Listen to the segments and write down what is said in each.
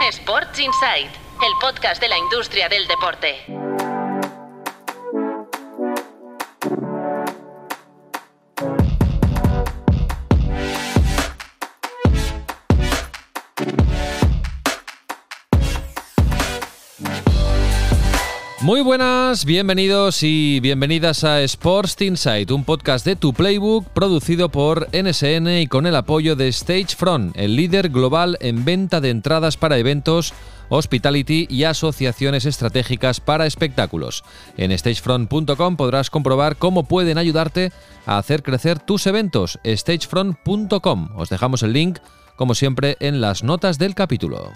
Sports Insight, el podcast de la industria del deporte. Muy buenas, bienvenidos y bienvenidas a Sports Insight, un podcast de Tu Playbook producido por NSN y con el apoyo de Stagefront, el líder global en venta de entradas para eventos, hospitality y asociaciones estratégicas para espectáculos. En stagefront.com podrás comprobar cómo pueden ayudarte a hacer crecer tus eventos. stagefront.com. Os dejamos el link, como siempre, en las notas del capítulo.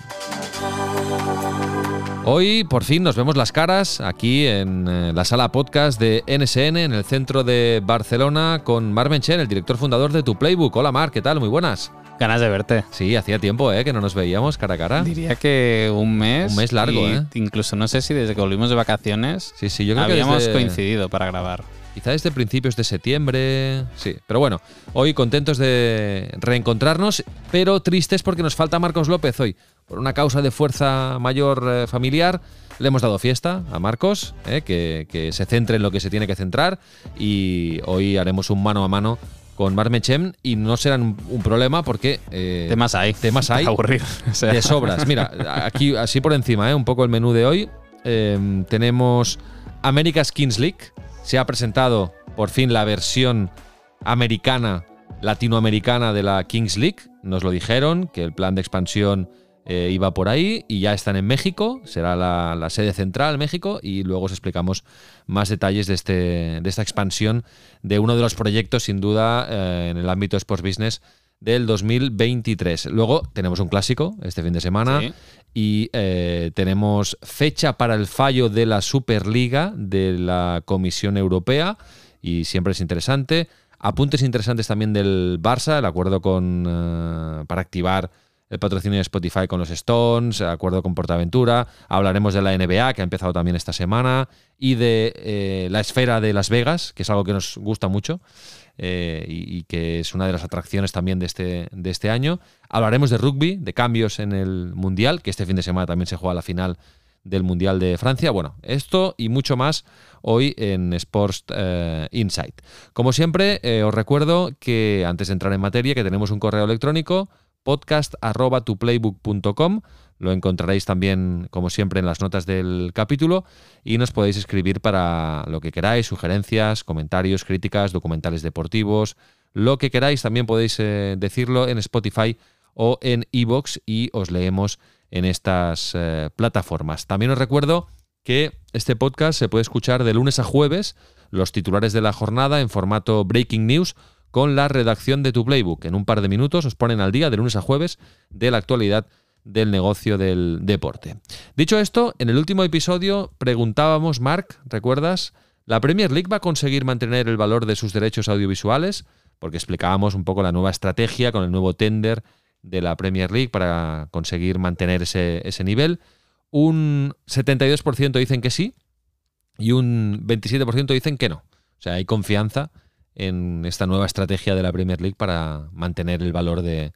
Hoy, por fin, nos vemos las caras aquí en la sala podcast de NSN, en el centro de Barcelona, con Marc Menchen, el director fundador de Tu Playbook. Hola, Marc, ¿qué tal? Muy buenas. Ganas de verte. Sí, hacía tiempo que no nos veíamos cara a cara. Diría que un mes. Un mes largo, Incluso no sé si desde que volvimos de vacaciones sí, yo creo habíamos que coincidido para grabar. Quizá desde principios de septiembre, sí. Pero bueno, hoy contentos de reencontrarnos, pero tristes porque nos falta Marcos López hoy. Por una causa de fuerza mayor familiar, le hemos dado fiesta a Marcos, que se centre en lo que se tiene que centrar, y hoy haremos un mano a mano con Marc Menchen y no serán un problema porque... temas hay. Aburrido. O sea. De sobras. Mira, aquí así por encima, un poco el menú de hoy. Tenemos America's Kings League. Se ha presentado por fin la versión latinoamericana de la Kings League. Nos lo dijeron, que el plan de expansión iba por ahí y ya están en México. Será la sede central, México, y luego os explicamos más detalles de esta expansión de uno de los proyectos, sin duda, en el ámbito Sports Business del 2023. Luego tenemos un clásico este fin de semana, sí. Y tenemos fecha para el fallo de la Superliga de la Comisión Europea, y siempre es interesante. Apuntes interesantes también del Barça, el acuerdo para activar el patrocinio de Spotify con los Stones, el acuerdo con Portaventura. Hablaremos de la NBA, que ha empezado también esta semana, y de la esfera de Las Vegas, que es algo que nos gusta mucho. Y que es una de las atracciones también de este año. Hablaremos de rugby, de cambios en el Mundial, que este fin de semana también se juega la final del Mundial de Francia. Bueno, esto y mucho más hoy en Sports Insight. Como siempre, os recuerdo que antes de entrar en materia, que tenemos un correo electrónico, podcast@tuplaybook.com. Lo encontraréis también, como siempre, en las notas del capítulo, y nos podéis escribir para lo que queráis, sugerencias, comentarios, críticas, documentales deportivos, lo que queráis. También podéis decirlo en Spotify o en iVoox y os leemos en estas plataformas. También os recuerdo que este podcast se puede escuchar de lunes a jueves, los titulares de la jornada en formato Breaking News, con la redacción de Tu Playbook. En un par de minutos os ponen al día de lunes a jueves de la actualidad del negocio del deporte. Dicho esto, en el último episodio preguntábamos, Marc, ¿recuerdas? ¿La Premier League va a conseguir mantener el valor de sus derechos audiovisuales? Porque explicábamos un poco la nueva estrategia con el nuevo tender de la Premier League para conseguir mantener ese nivel. Un 72% dicen que sí y un 27% dicen que no. O sea, hay confianza en esta nueva estrategia de la Premier League para mantener el valor de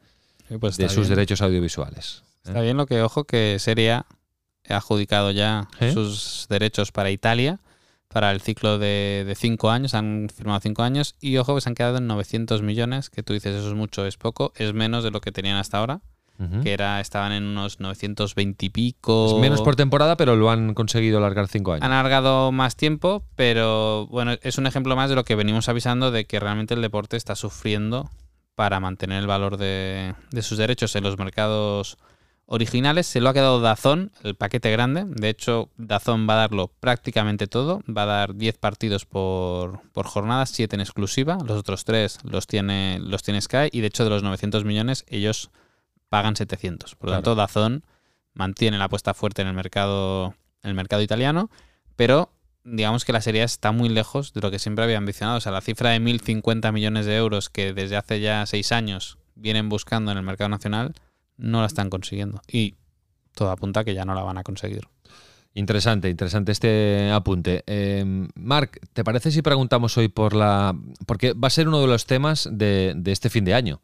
sus derechos audiovisuales. Está bien lo que, ojo, que Serie A ha adjudicado ya sus derechos para Italia, para el ciclo de 5 años, han firmado 5 años, y ojo que se han quedado en 900 millones, que tú dices eso es mucho, es poco, es menos de lo que tenían hasta ahora, que estaban en unos 920 y pico. Es menos por temporada, pero lo han conseguido alargar 5 años. Han alargado más tiempo, pero bueno, es un ejemplo más de lo que venimos avisando, de que realmente el deporte está sufriendo para mantener el valor de sus derechos en los mercados originales. Se lo ha quedado DAZN, el paquete grande. De hecho, DAZN va a darlo prácticamente todo. Va a dar 10 partidos por jornada, 7 en exclusiva. Los otros 3 los tiene Sky, y de hecho de los 900 millones ellos pagan 700. Por lo tanto, DAZN mantiene la apuesta fuerte en el mercado italiano, pero digamos que la Serie A está muy lejos de lo que siempre había ambicionado. O sea, la cifra de 1.050 millones de euros que desde hace ya 6 años vienen buscando en el mercado nacional, no la están consiguiendo. Y todo apunta a que ya no la van a conseguir. Interesante este apunte. Marc, ¿te parece si preguntamos hoy porque va a ser uno de los temas de este fin de año?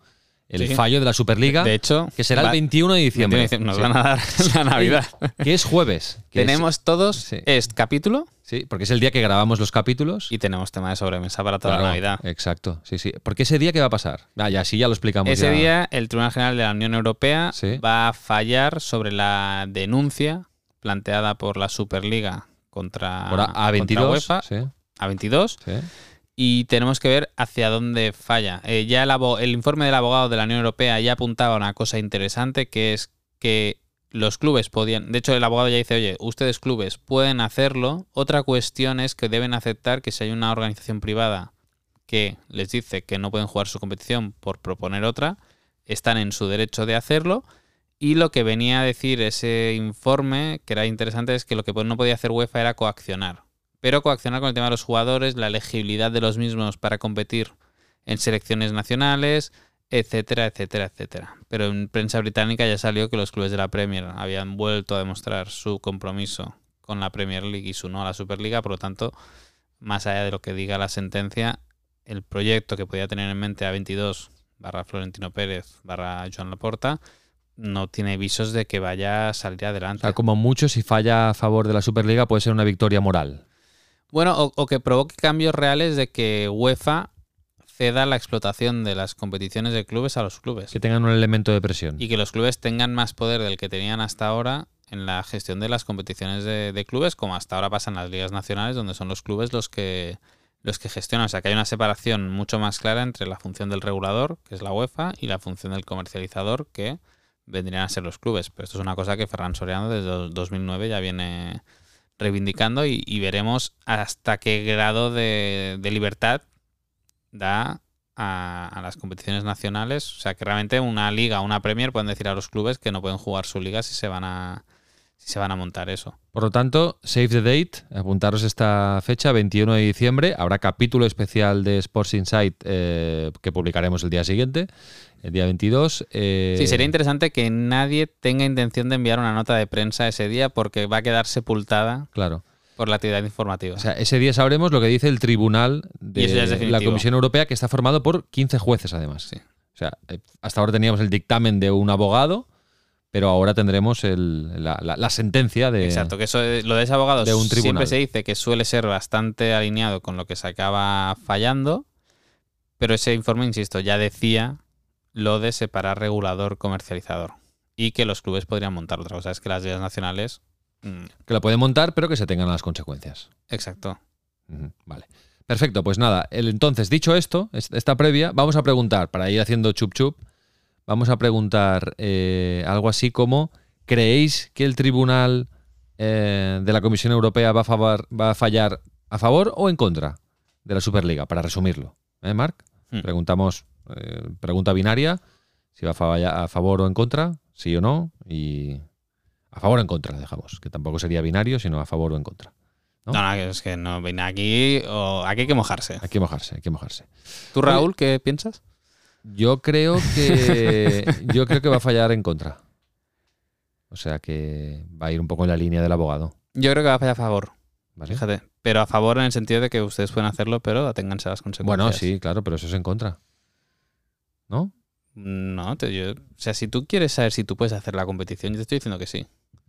el Sí. fallo de la Superliga, De hecho, que será el 21 de diciembre. nos Sí. van a dar la Navidad. Que es jueves. que Tenemos todos sí. capítulo Sí, porque es el día que grabamos los capítulos. y tenemos tema de sobremesa para toda Claro, la Navidad. Exacto, sí, sí. Porque ese día, ¿qué va a pasar? Ya sí, ya lo explicamos. Ese ya. día el Tribunal General de la Unión Europea Sí. va a fallar sobre la denuncia planteada por la Superliga contra, Por A22. contra UEFA, Sí, A22, sí. y tenemos que ver hacia dónde falla. Ya el informe del abogado de la Unión Europea ya apuntaba a una cosa interesante, que es que los clubes podían... De hecho, el abogado ya dice, oye, ustedes clubes pueden hacerlo. Otra cuestión es que deben aceptar que si hay una organización privada que les dice que no pueden jugar su competición por proponer otra, están en su derecho de hacerlo. Y lo que venía a decir ese informe, que era interesante, es que lo que no podía hacer UEFA era coaccionar. Pero coaccionar con el tema de los jugadores, la elegibilidad de los mismos para competir en selecciones nacionales, etcétera, etcétera, etcétera. Pero en prensa británica ya salió que los clubes de la Premier habían vuelto a demostrar su compromiso con la Premier League y su no a la Superliga. Por lo tanto, más allá de lo que diga la sentencia, el proyecto que podía tener en mente A22 / Florentino Pérez / Joan Laporta no tiene visos de que vaya a salir O adelante. sea, como mucho, si falla a favor de la Superliga, puede ser una victoria moral. Bueno, o que provoque cambios reales de que UEFA ceda la explotación de las competiciones de clubes a los clubes. Que tengan un elemento de presión. Y que los clubes tengan más poder del que tenían hasta ahora en la gestión de las competiciones de clubes, como hasta ahora pasa en las ligas nacionales, donde son los clubes los que gestionan. O sea, que hay una separación mucho más clara entre la función del regulador, que es la UEFA, y la función del comercializador, que vendrían a ser los clubes. Pero esto es una cosa que Ferran Soriano desde 2009 ya viene reivindicando y veremos hasta qué grado de libertad da a las competiciones nacionales. O sea, que realmente una liga, una Premier pueden decir a los clubes que no pueden jugar su liga si se van a montar eso. Por lo tanto, save the date, apuntaros esta fecha, 21 de diciembre. Habrá capítulo especial de Sports Insight que publicaremos el día siguiente, el día 22. Sí, sería interesante que nadie tenga intención de enviar una nota de prensa ese día porque va a quedar sepultada Claro. por la actividad informativa. O sea, ese día sabremos lo que dice el tribunal Y eso ya es de definitivo. la Comisión Europea, que está formado por 15 jueces, además. Sí. O sea, hasta ahora teníamos el dictamen de un abogado, pero ahora tendremos la sentencia de... Exacto, que eso, lo de ese abogado de un tribunal. siempre se dice que suele ser bastante alineado con lo que se acaba fallando, pero ese informe, insisto, ya decía lo de separar regulador-comercializador y que los clubes podrían montar. Otra cosa es que las ligas nacionales... Que la pueden montar, pero que se tengan las consecuencias. Exacto. Vale. Perfecto, pues nada. Entonces, dicho esto, esta previa, vamos a preguntar, para ir haciendo chup chup, vamos a preguntar algo así como: ¿creéis que el tribunal de la Comisión Europea va a fallar a favor o en contra de la Superliga? Para resumirlo. Marc? Preguntamos, pregunta binaria, si va a favor o en contra, sí o no, y a favor o en contra, dejamos, que tampoco sería binario, sino a favor o en contra. No, es que no viene aquí, aquí hay que mojarse. Hay que mojarse, hay que mojarse. ¿Tú, Raúl, qué piensas? Yo creo que va a fallar en contra. O sea que va a ir un poco en la línea del abogado. Yo creo que va a fallar a favor. ¿Vale? Fíjate. Pero a favor en el sentido de que ustedes pueden hacerlo, pero aténganse a las consecuencias. Bueno, sí, claro, pero eso es en contra. ¿No? No, o sea, si tú quieres saber si tú puedes hacer la competición, yo te estoy diciendo que sí.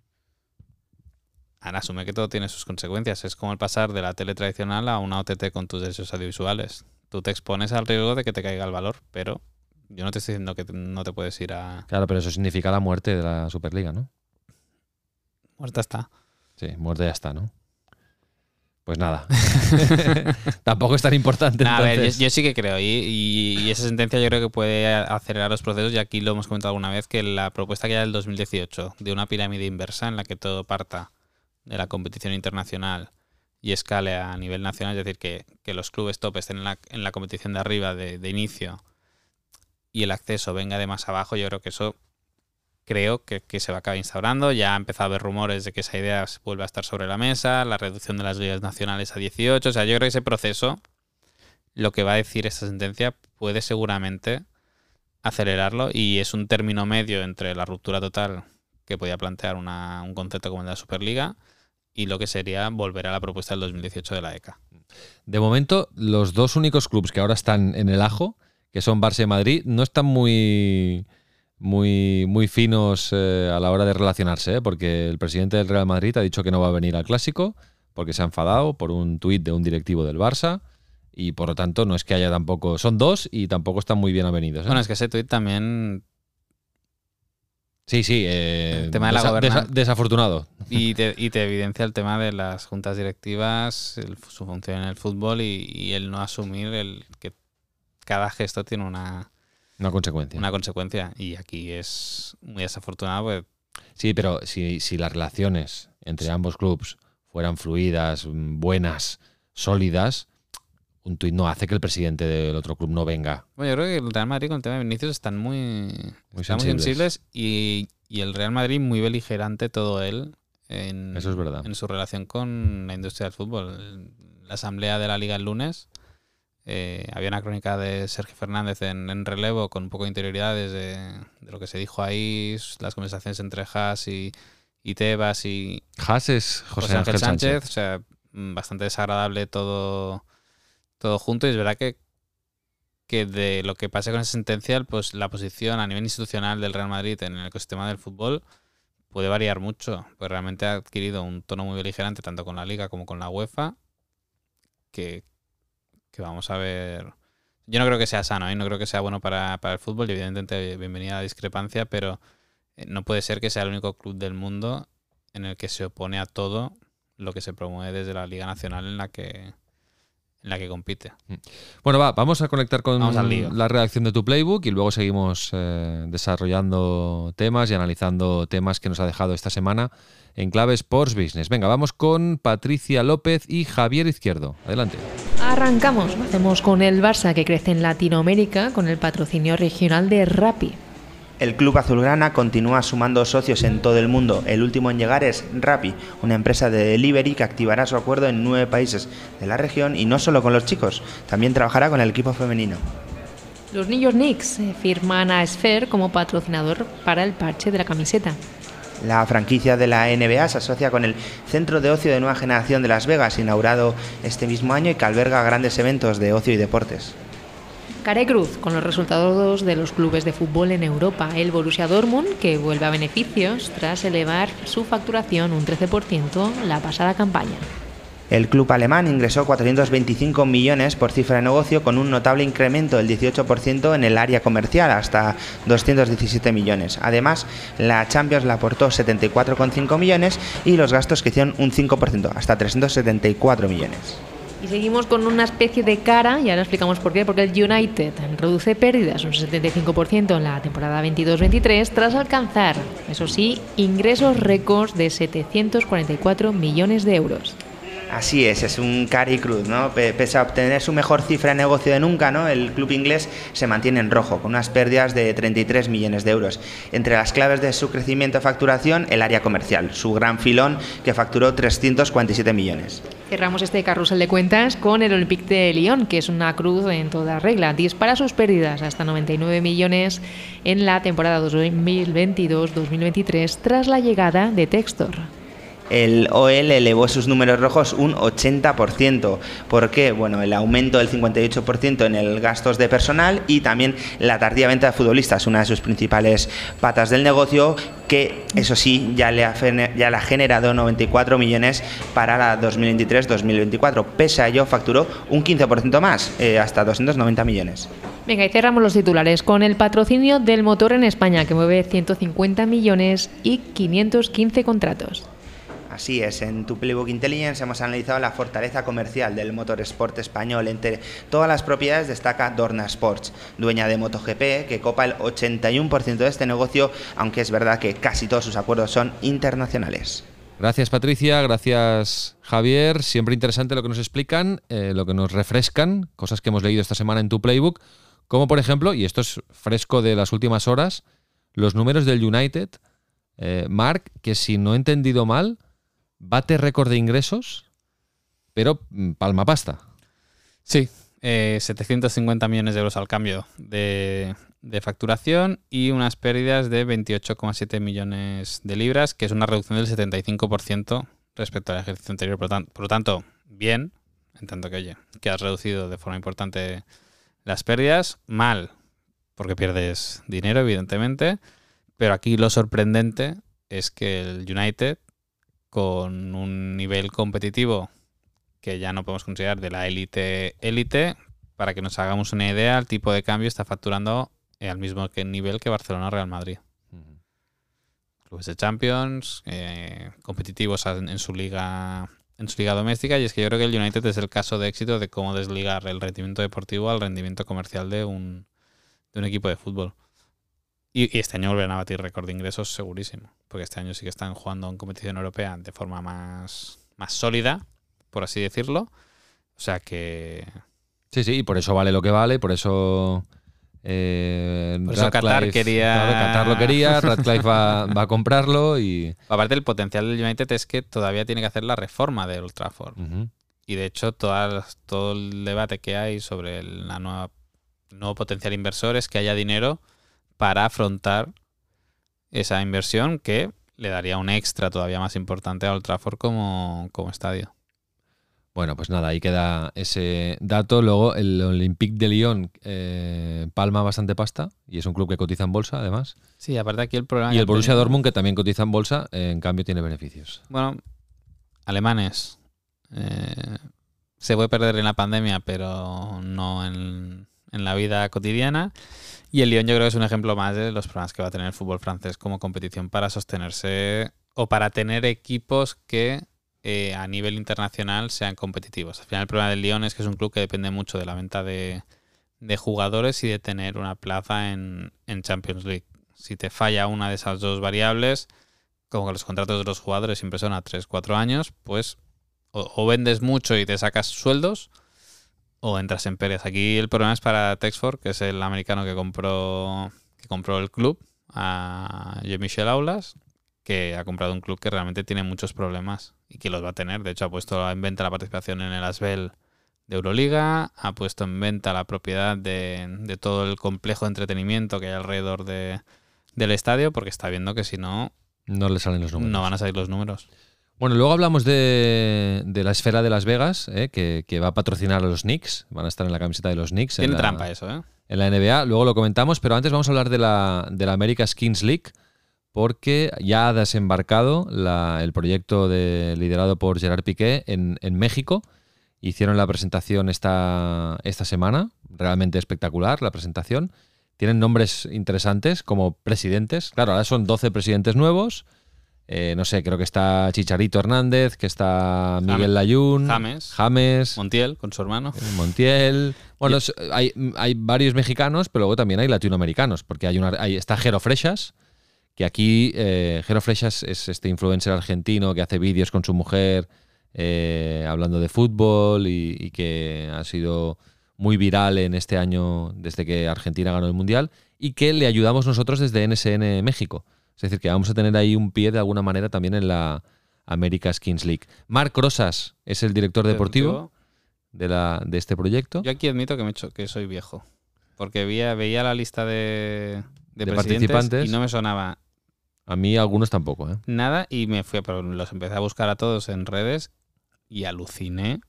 Ahora asume que todo tiene sus consecuencias. Es como el pasar de la tele tradicional a una OTT con tus derechos audiovisuales. Tú te expones al riesgo de que te caiga el valor, pero yo no te estoy diciendo que no te puedes ir a... Claro, pero eso significa la muerte de la Superliga, ¿no? Muerta está. Sí, muerte ya está, ¿no? Pues nada. Tampoco es tan importante. A ver, entonces. yo sí que creo. Y esa sentencia yo creo que puede acelerar los procesos. Y aquí lo hemos comentado alguna vez, que la propuesta que hay del 2018 de una pirámide inversa en la que todo parta de la competición internacional y escale a nivel nacional, es decir, que los clubes top estén en la competición de arriba de inicio y el acceso venga de más abajo, yo creo que eso que se va a acabar instaurando. Ya ha empezado a haber rumores de que esa idea vuelve a estar sobre la mesa, la reducción de las ligas nacionales a 18. O sea, yo creo que ese proceso, lo que va a decir esta sentencia, puede seguramente acelerarlo, y es un término medio entre la ruptura total que podía plantear un concepto como el de la Superliga y lo que sería volver a la propuesta del 2018 de la ECA. De momento, los dos únicos clubes que ahora están en el ajo, que son Barça y Madrid, no están muy finos a la hora de relacionarse, porque el presidente del Real Madrid ha dicho que no va a venir al Clásico porque se ha enfadado por un tuit de un directivo del Barça y por lo tanto no es que haya tampoco... Son dos y tampoco están muy bien avenidos. Bueno, es que ese tuit también... Sí, el tema de la gobernanza. Desafortunado. Y te evidencia el tema de las juntas directivas, su función en el fútbol y el no asumir que cada gesto tiene una consecuencia. Y aquí es muy desafortunado. Pues... Sí, pero si las relaciones entre ambos clubes fueran fluidas, buenas, sólidas, un tuit no hace que el presidente del otro club no venga. Bueno, yo creo que el Real Madrid con el tema de Vinicius están muy sensibles y el Real Madrid muy beligerante todo él Eso es verdad. En su relación con la industria del fútbol. En la asamblea de la Liga el lunes había una crónica de Sergio Fernández en relevo con un poco de interioridades de lo que se dijo ahí, las conversaciones entre Haas y Tebas y Haas es José Ángel Sánchez. O sea, bastante desagradable todo junto, y es verdad que de lo que pase con ese sentencial, pues la posición a nivel institucional del Real Madrid en el ecosistema del fútbol puede variar mucho, pues realmente ha adquirido un tono muy beligerante tanto con la Liga como con la UEFA, que vamos a ver. Yo no creo que sea sano, no creo que sea bueno para el fútbol, y evidentemente bienvenida a la discrepancia, pero no puede ser que sea el único club del mundo en el que se opone a todo lo que se promueve desde la Liga Nacional en la que compite. Bueno, vamos a conectar con la redacción de tu Playbook y luego seguimos desarrollando temas y analizando temas que nos ha dejado esta semana en clave Sports Business. Venga, vamos con Patricia López y Javier Izquierdo. Adelante. Arrancamos. Lo hacemos con el Barça, que crece en Latinoamérica con el patrocinio regional de Rappi. El club azulgrana continúa sumando socios en todo el mundo. El último en llegar es Rappi, una empresa de delivery que activará su acuerdo en 9 países de la región, y no solo con los chicos, también trabajará con el equipo femenino. Los New York Knicks firman a Sphere como patrocinador para el parche de la camiseta. La franquicia de la NBA se asocia con el Centro de Ocio de Nueva Generación de Las Vegas, inaugurado este mismo año y que alberga grandes eventos de ocio y deportes. Carecruz, con los resultados de los clubes de fútbol en Europa. El Borussia Dortmund, que vuelve a beneficios tras elevar su facturación un 13% la pasada campaña. El club alemán ingresó 425 millones por cifra de negocio, con un notable incremento del 18% en el área comercial, hasta 217 millones. Además, la Champions le aportó 74,5 millones y los gastos crecieron un 5%, hasta 374 millones. Y seguimos con una especie de cara, y ahora explicamos por qué, porque el United reduce pérdidas un 75% en la temporada 22-23 tras alcanzar, eso sí, ingresos récords de 744 millones de euros. Así es un Carecruz, ¿no? Pese a obtener su mejor cifra de negocio de nunca, ¿no? El club inglés se mantiene en rojo, con unas pérdidas de 33 millones de euros. Entre las claves de su crecimiento de facturación, el área comercial, su gran filón, que facturó 347 millones. Cerramos este carrusel de cuentas con el Olympique de Lyon, que es una cruz en toda regla. Dispara sus pérdidas hasta 99 millones en la temporada 2022-2023 tras la llegada de Textor. El OL elevó sus números rojos un 80%. ¿Por qué? Bueno, el aumento del 58% en el gastos de personal y también la tardía venta de futbolistas, una de sus principales patas del negocio, que eso sí ya le ha generado 94 millones para la 2023-2024. Pese a ello, facturó un 15% más, hasta 290 millones. Venga, y cerramos los titulares con el patrocinio del motor en España, que mueve 150 millones y 515 contratos. Así es, en tu Playbook Intelligence hemos analizado la fortaleza comercial del motorsport español. Entre todas las propiedades destaca Dorna Sports, dueña de MotoGP, que copa el 81% de este negocio, aunque es verdad que casi todos sus acuerdos son internacionales. Gracias, Patricia, gracias, Javier. Siempre interesante lo que nos explican, lo que nos refrescan, cosas que hemos leído esta semana en tu Playbook, como por ejemplo, y esto es fresco de las últimas horas, los números del United. Marc, que si no he entendido mal, bate récord de ingresos, pero palma pasta. Sí, 750 millones de euros al cambio de facturación y unas pérdidas de 28,7 millones de libras, que es una reducción del 75% respecto al ejercicio anterior. Por lo tanto, bien, en tanto que has reducido de forma importante Las pérdidas, mal, porque pierdes dinero, evidentemente, pero aquí lo sorprendente es que el United, con un nivel competitivo que ya no podemos considerar de la élite, para que nos hagamos una idea, el tipo de cambio está facturando al mismo nivel que Barcelona o Real Madrid. Clubes de Champions, competitivos en su liga doméstica, y es que yo creo que el United es el caso de éxito de cómo desligar el rendimiento deportivo al rendimiento comercial de un equipo de fútbol. Y este año volverán a batir récord de ingresos segurísimo, porque este año sí que están jugando en competición europea de forma más sólida, por así decirlo. O sea que... Sí, y por eso vale lo que vale, por eso... por eso Qatar quería... Claro, Qatar lo quería, Radcliffe va a comprarlo y... Aparte, el potencial del United es que todavía tiene que hacer la reforma de Old Trafford. Y de hecho, todo el debate que hay sobre el nuevo potencial inversor es que haya dinero para afrontar esa inversión que le daría un extra todavía más importante a Old Trafford como estadio. Bueno, pues nada, ahí queda ese dato. Luego el Olympique de Lyon palma bastante pasta y es un club que cotiza en bolsa, además. Sí, aparte aquí el problema... Y el Borussia Dortmund, que también cotiza en bolsa, en cambio tiene beneficios. Bueno, alemanes. Se puede perder en la pandemia, pero no en la vida cotidiana. Y el Lyon yo creo que es un ejemplo más de los problemas que va a tener el fútbol francés como competición para sostenerse o para tener equipos que... a nivel internacional sean competitivos. Al final el problema del Lyon es que es un club que depende mucho de la venta de jugadores y de tener una plaza en Champions League. Si te falla una de esas dos variables, como que los contratos de los jugadores siempre son a 3-4 años, pues o vendes mucho y te sacas sueldos o entras en pérdidas. Aquí el problema es para Texford, que es el americano que compró el club, a Jean-Michel Aulas, que ha comprado un club que realmente tiene muchos problemas y que los va a tener. De hecho, ha puesto en venta la participación en el Asbel de Euroliga, ha puesto en venta la propiedad de todo el complejo de entretenimiento que hay alrededor del estadio, porque está viendo que si no... No le salen los números. No van a salir los números. Bueno, luego hablamos de la esfera de Las Vegas, que va a patrocinar a los Knicks. Van a estar en la camiseta de los Knicks. Tiene trampa eso, ¿eh? En la NBA. Luego lo comentamos, pero antes vamos a hablar de la America's Kings League, porque ya ha desembarcado el proyecto liderado por Gerard Piqué en México. Hicieron la presentación esta semana, realmente espectacular la presentación. Tienen nombres interesantes como presidentes. Claro, ahora son 12 presidentes nuevos. No sé, creo que está Chicharito Hernández, que está Miguel Layún, James, Montiel, con su hermano. Montiel. Bueno, hay varios mexicanos, pero luego también hay latinoamericanos, porque está Jero Freixas, que aquí Jero Freixas es este influencer argentino que hace vídeos con su mujer hablando de fútbol y que ha sido muy viral en este año desde que Argentina ganó el Mundial y que le ayudamos nosotros desde NSN México. Es decir, que vamos a tener ahí un pie de alguna manera también en la America's Kings League. Marc Rosas es el director deportivo de este proyecto. Yo aquí admito que soy viejo, porque veía la lista de participantes y no me sonaba... A mí algunos tampoco, ¿eh? Nada, y pero los empecé a buscar a todos en redes y aluciné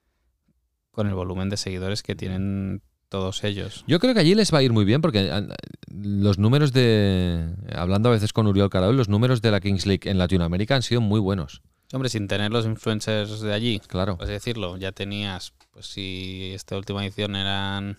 con el volumen de seguidores que tienen todos ellos. Yo creo que allí les va a ir muy bien porque los números hablando a veces con Uriol Carol, los números de la Kings League en Latinoamérica han sido muy buenos. Hombre, sin tener los influencers de allí, claro, pues decirlo, ya tenías, pues si esta última edición eran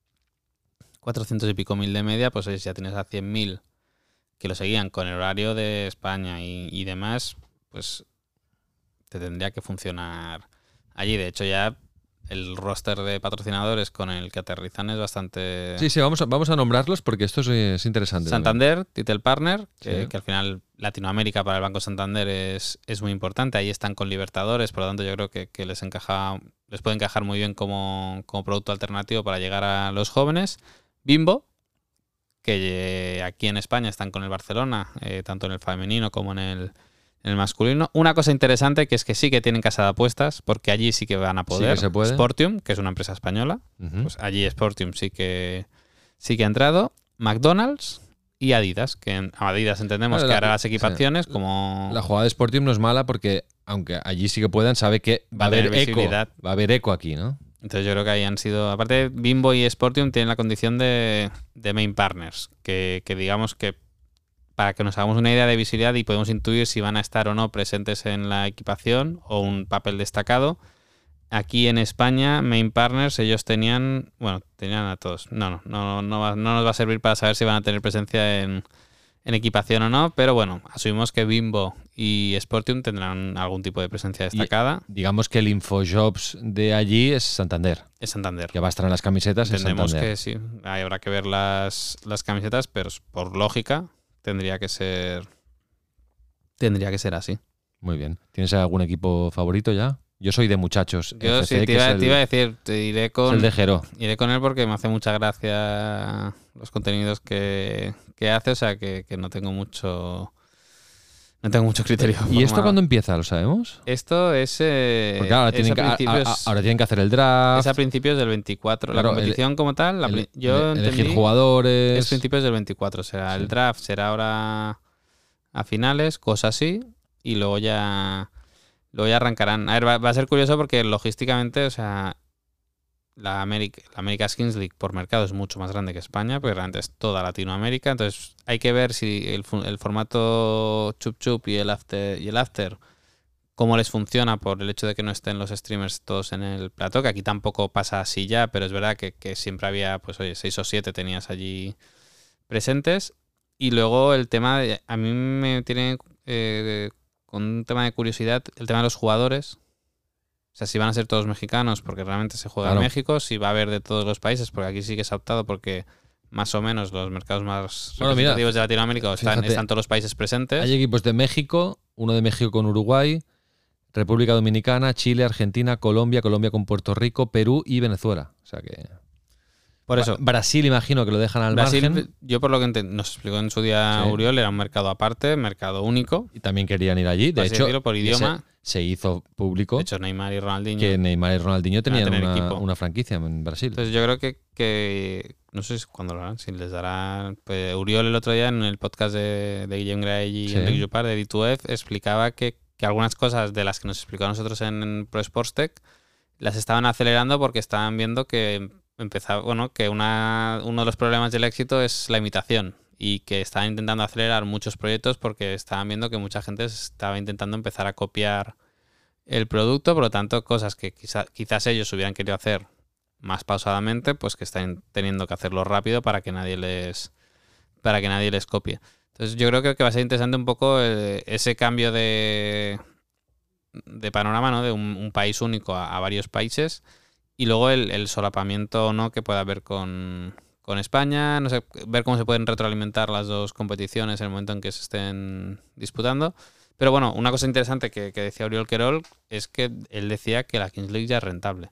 400 y pico mil de media, pues ya tienes a 100.000 que lo seguían con el horario de España y demás, pues te tendría que funcionar allí. De hecho, ya el roster de patrocinadores con el que aterrizan es bastante... Sí, vamos a nombrarlos porque esto es interesante. Santander, Title Partner, que al final Latinoamérica para el Banco Santander es muy importante. Ahí están con Libertadores, por lo tanto yo creo que les puede encajar muy bien como producto alternativo para llegar a los jóvenes. Bimbo, que aquí en España están con el Barcelona, tanto en el femenino como en el masculino. Una cosa interesante que es que sí que tienen casa de apuestas, porque allí sí que van a poder. Sí que se puede. Sportium, que es una empresa española, pues allí Sportium sí que ha entrado. McDonald's y Adidas, que en Adidas entendemos que hará las equipaciones como... La jugada de Sportium no es mala porque, aunque allí sí que puedan, sabe que va a haber eco. Va a haber eco aquí, ¿no? Entonces yo creo que ahí han sido... Aparte, Bimbo y Sportium tienen la condición de main partners, que digamos que para que nos hagamos una idea de visibilidad y podemos intuir si van a estar o no presentes en la equipación o un papel destacado. Aquí en España, main partners, ellos tenían a todos. No nos va a servir para saber si van a tener presencia en equipación o no, pero bueno, asumimos que Bimbo y Sportium tendrán algún tipo de presencia destacada. Y digamos que el Infojobs de allí es Santander. Es Santander. Que va a estar en las camisetas. Entendemos Santander. que sí, ahí habrá que ver las camisetas, pero por lógica tendría que ser así. Muy bien. ¿Tienes algún equipo favorito ya? Yo soy de muchachos. Yo FC, sí, te iba a decir, te iré con... Es el de Jero. Iré con él porque me hace mucha gracia los contenidos que hace, o sea que no tengo mucho criterio. ¿Y esto cuándo empieza? ¿Lo sabemos? Esto es... Porque claro, ahora tienen que hacer el draft. Es a principios del 24. Claro, la competición como tal, yo elegir entendí, jugadores. es principios del 24. Será el draft, será ahora a finales, cosas así, y luego ya arrancarán. A ver, va a ser curioso porque logísticamente, o sea, la America's Kings League por mercado es mucho más grande que España, porque realmente es toda Latinoamérica. Entonces hay que ver si el formato Chup Chup y el after cómo les funciona por el hecho de que no estén los streamers todos en el plató, que aquí tampoco pasa así ya, pero es verdad que siempre había, pues oye, 6 o 7 tenías allí presentes. Y luego el tema a mí me tiene con un tema de curiosidad, el tema de los jugadores. O sea, si van a ser todos mexicanos, porque realmente se juega en México, si va a haber de todos los países, porque aquí sí que se ha optado porque más o menos los mercados más representativos de Latinoamérica están todos los países presentes. Hay equipos de México, uno de México con Uruguay, República Dominicana, Chile, Argentina, Colombia con Puerto Rico, Perú y Venezuela. O sea que... Por eso. Brasil, imagino que lo dejan al margen. Yo por lo que nos explicó en su día Uriol, era un mercado aparte, mercado único. Y también querían ir allí. De hecho, por idioma. Se hizo público. De hecho, Neymar y Ronaldinho. Que Neymar y Ronaldinho tenían una franquicia en Brasil. Entonces yo creo que no sé cuándo lo harán, si les darán... Pues Uriol el otro día en el podcast de Guillem Gray y Enrique Jupar de D2F explicaba que algunas cosas de las que nos explicó a nosotros en Pro Sports Tech las estaban acelerando porque estaban viendo que que uno de los problemas del éxito es la imitación y que estaban intentando acelerar muchos proyectos porque estaban viendo que mucha gente estaba intentando empezar a copiar el producto, por lo tanto cosas que quizás ellos hubieran querido hacer más pausadamente, pues que están teniendo que hacerlo rápido para que nadie les copie. Entonces yo creo que va a ser interesante un poco ese cambio de panorama, ¿no? De un país único a varios países. Y luego el solapamiento o no que pueda haber con España, no sé, ver cómo se pueden retroalimentar las dos competiciones en el momento en que se estén disputando. Pero bueno, una cosa interesante que decía Oriol Querol es que él decía que la Kings League ya es rentable.